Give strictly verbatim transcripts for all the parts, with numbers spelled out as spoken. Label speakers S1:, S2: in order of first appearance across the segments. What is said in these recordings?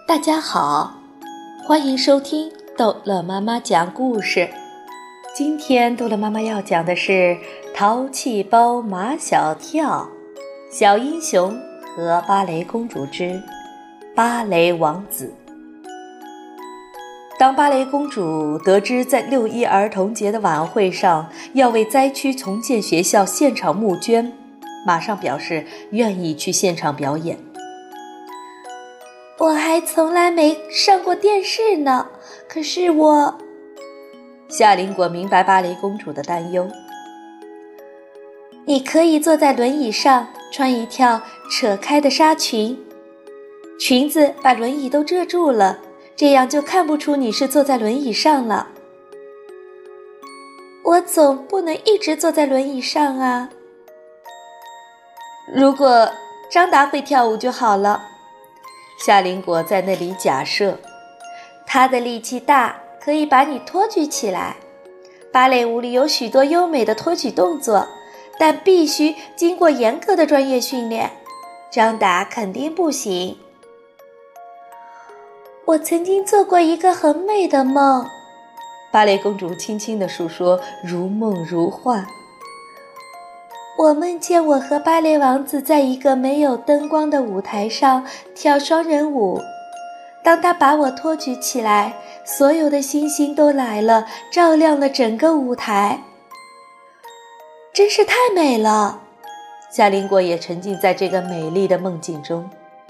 S1: 大家好，欢迎收听逗乐妈妈讲故事。今天逗乐妈妈要讲的是淘气包马小跳、小英雄和芭蕾公主之芭蕾王子。当芭蕾公主得知在六一儿童节的晚会上要为灾区重建学校现场募捐，马上表示愿意去现场表演。
S2: 我还从来没上过电视呢，可是我……
S1: 夏林果明白芭蕾公主的担忧。
S2: 你可以坐在轮椅上，穿一条扯开的纱裙，裙子把轮椅都遮住了，这样就看不出你是坐在轮椅上了。我总不能一直坐在轮椅上啊。
S1: 如果张达会跳舞就好了。夏林果在那里假设，
S2: 他的力气大，可以把你托举起来。芭蕾舞里有许多优美的托举动作，但必须经过严格的专业训练。张达肯定不行。我曾经做过一个很美的梦，
S1: 芭蕾公主轻轻地述说，如梦如幻。
S2: 我梦见我和芭蕾王子在一个没有灯光的舞台上跳双人舞。当他把我托举起来，所有的星星都来了，照亮了整个舞台。真是太美了。
S1: 夏林果也沉浸在这个美丽的梦境中。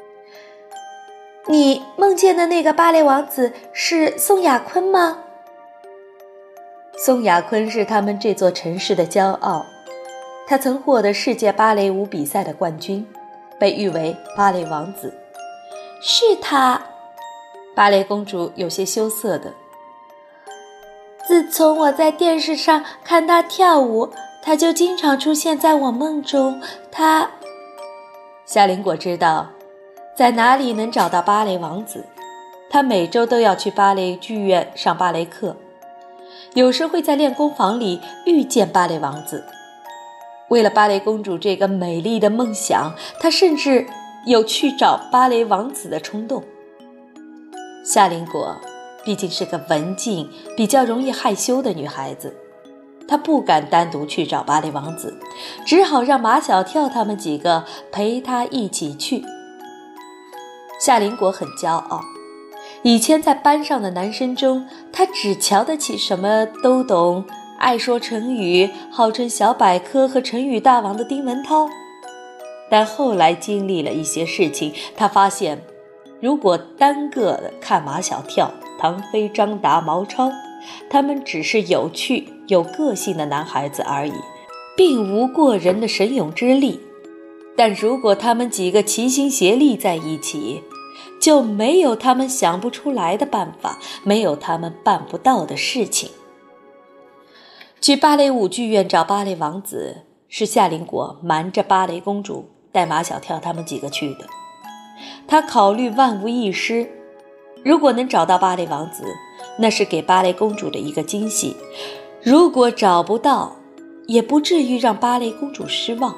S2: 你梦见的那个芭蕾王子是宋亚坤吗？
S1: 宋亚坤是他们这座城市的骄傲。他曾获得世界芭蕾舞比赛的冠军，被誉为芭蕾王子。
S2: 是他。
S1: 芭蕾公主有些羞涩的。
S2: 自从我在电视上看他跳舞，他就经常出现在我梦中。他……
S1: 夏林果知道在哪里能找到芭蕾王子。他每周都要去芭蕾剧院上芭蕾课，有时会在练功房里遇见芭蕾王子。为了芭蕾公主这个美丽的梦想，她甚至有去找芭蕾王子的冲动。夏林果毕竟是个文静、比较容易害羞的女孩子，她不敢单独去找芭蕾王子，只好让马小跳他们几个陪她一起去。夏林果很骄傲，以前在班上的男生中，她只瞧得起什么都懂、爱说成语、号称小百科和成语大王的丁文涛。但后来经历了一些事情，他发现如果单个的看马小跳、唐飞、张达、毛超，他们只是有趣有个性的男孩子而已，并无过人的神勇之力。但如果他们几个齐心协力在一起，就没有他们想不出来的办法，没有他们办不到的事情。去芭蕾舞剧院找芭蕾王子，是夏林果瞒着芭蕾公主带马小跳他们几个去的。他考虑万无一失，如果能找到芭蕾王子，那是给芭蕾公主的一个惊喜；如果找不到，也不至于让芭蕾公主失望。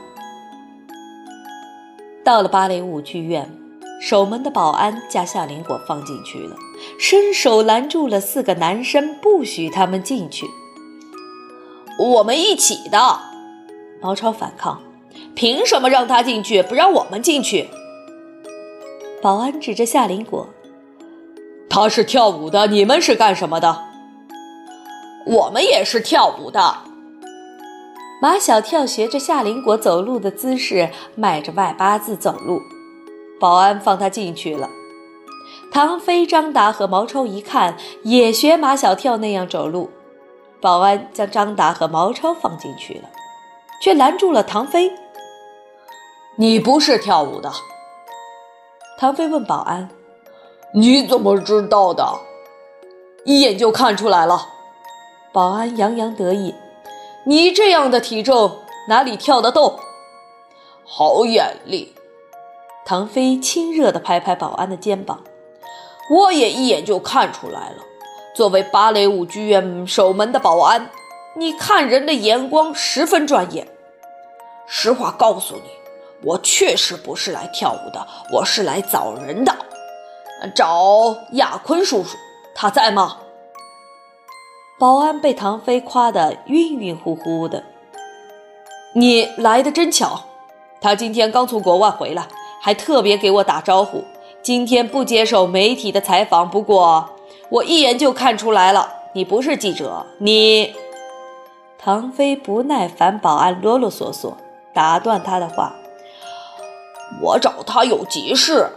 S1: 到了芭蕾舞剧院，守门的保安将夏林果放进去了，伸手拦住了四个男生，不许他们进去。
S3: 我们一起的，
S1: 毛超反抗，
S3: 凭什么让他进去，不让我们进去？
S1: 保安指着夏林果，
S3: 他是跳舞的，你们是干什么的？我们也是跳舞的。
S1: 马小跳学着夏林果走路的姿势，迈着外八字走路，保安放他进去了。唐飞、张达和毛超一看，也学马小跳那样走路，保安将张达和毛超放进去了，却拦住了唐飞。
S3: 你不是跳舞的。
S1: 唐飞问保安，
S3: 你怎么知道的？一眼就看出来了。
S1: 保安洋洋得意，
S3: 你这样的体重哪里跳得动？好眼力。
S1: 唐飞亲热地拍拍保安的肩膀，
S3: 我也一眼就看出来了。作为芭蕾舞剧院守门的保安，你看人的眼光十分专业。实话告诉你，我确实不是来跳舞的，我是来找人的。 找亚坤叔叔，他在吗？
S1: 保安被唐飞夸得晕晕乎乎的。
S3: 你来得真巧，他今天刚从国外回来，还特别给我打招呼，今天不接受媒体的采访，不过我一眼就看出来了，你不是记者，你……
S1: 唐飞不耐烦保安啰啰嗦嗦，打断他的话。
S3: 我找他有急事。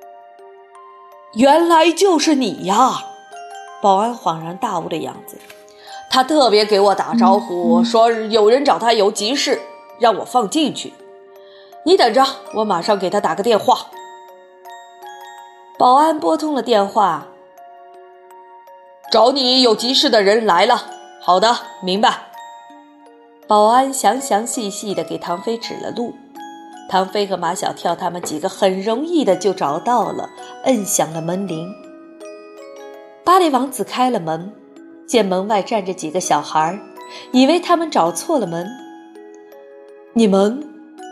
S3: 原来就是你呀！
S1: 保安恍然大悟的样子。
S3: 他特别给我打招呼，说有人找他有急事，让我放进去。你等着，我马上给他打个电话。
S1: 保安拨通了电话。
S3: 找你有急事的人来了。好的，明白。
S1: 保安详详细细地给唐飞指了路。唐飞和马小跳他们几个很容易的就找到了，摁响了门铃。芭蕾王子开了门，见门外站着几个小孩，以为他们找错了门。
S3: 你们？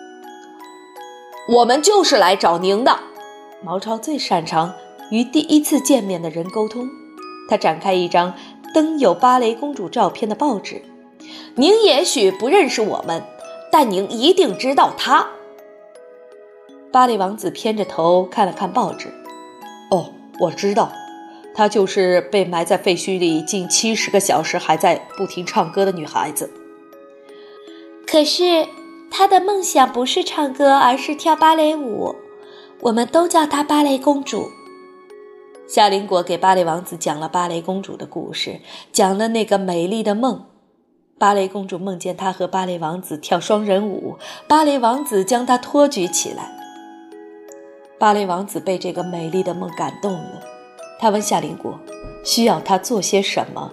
S3: 我们就是来找您的。
S1: 毛超最擅长与第一次见面的人沟通，他展开一张登有芭蕾公主照片的报纸。
S3: 您也许不认识我们，但您一定知道他。
S1: 芭蕾王子偏着头看了看报纸。
S3: 哦，我知道，她就是被埋在废墟里近七十个小时还在不停唱歌的女孩子。
S2: 可是她的梦想不是唱歌，而是跳芭蕾舞，我们都叫她芭蕾公主。
S1: 夏林果给芭蕾王子讲了芭蕾公主的故事，讲了那个美丽的梦。芭蕾公主梦见她和芭蕾王子跳双人舞，芭蕾王子将她托举起来。芭蕾王子被这个美丽的梦感动了，他问夏林果需要他做些什么。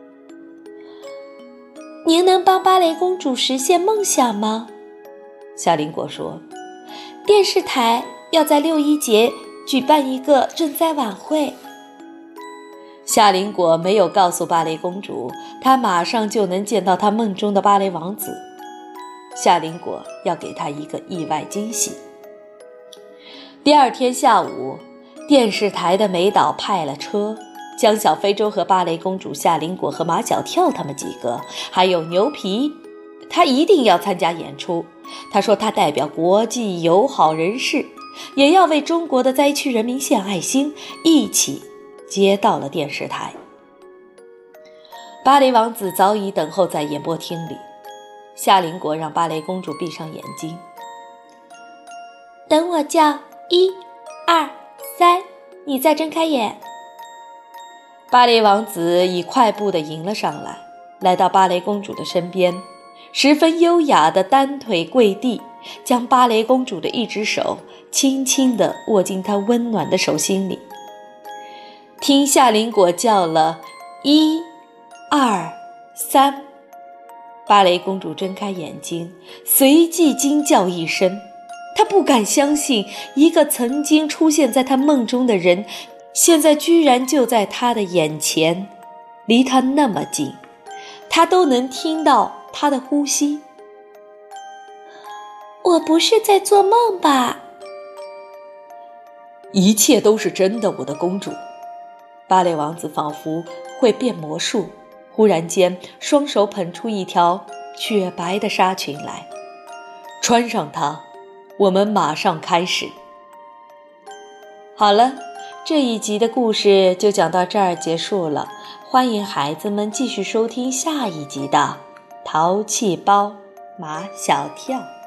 S2: 您能帮芭蕾公主实现梦想吗？
S1: 夏林果说，
S2: 电视台要在六一节举办一个赈灾晚会。
S1: 夏林果没有告诉芭蕾公主，她马上就能见到她梦中的芭蕾王子。夏林果要给她一个意外惊喜。第二天下午，电视台的美导派了车，将小非洲和芭蕾公主夏林果和马小跳他们几个，还有牛皮，他一定要参加演出。他说他代表国际友好人士，也要为中国的灾区人民献爱心，一起接到了电视台。芭蕾王子早已等候在演播厅里，夏林果让芭蕾公主闭上眼睛。
S2: 等我叫一、二、三，你再睁开眼。
S1: 芭蕾王子以快步地迎了上来，来到芭蕾公主的身边，十分优雅地单腿跪地，将芭蕾公主的一只手轻轻地握进她温暖的手心里。听夏林果叫了一、二、三，芭蕾公主睁开眼睛，随即惊叫一声。她不敢相信，一个曾经出现在她梦中的人，现在居然就在她的眼前，离她那么近，她都能听到她的呼吸。
S2: 我不是在做梦吧？
S3: 一切都是真的，我的公主。
S1: 芭蕾王子仿佛会变魔术，忽然间双手捧出一条雪白的纱裙来，穿上它，我们马上开始。好了，这一集的故事就讲到这儿结束了，欢迎孩子们继续收听下一集的《淘气包马小跳》。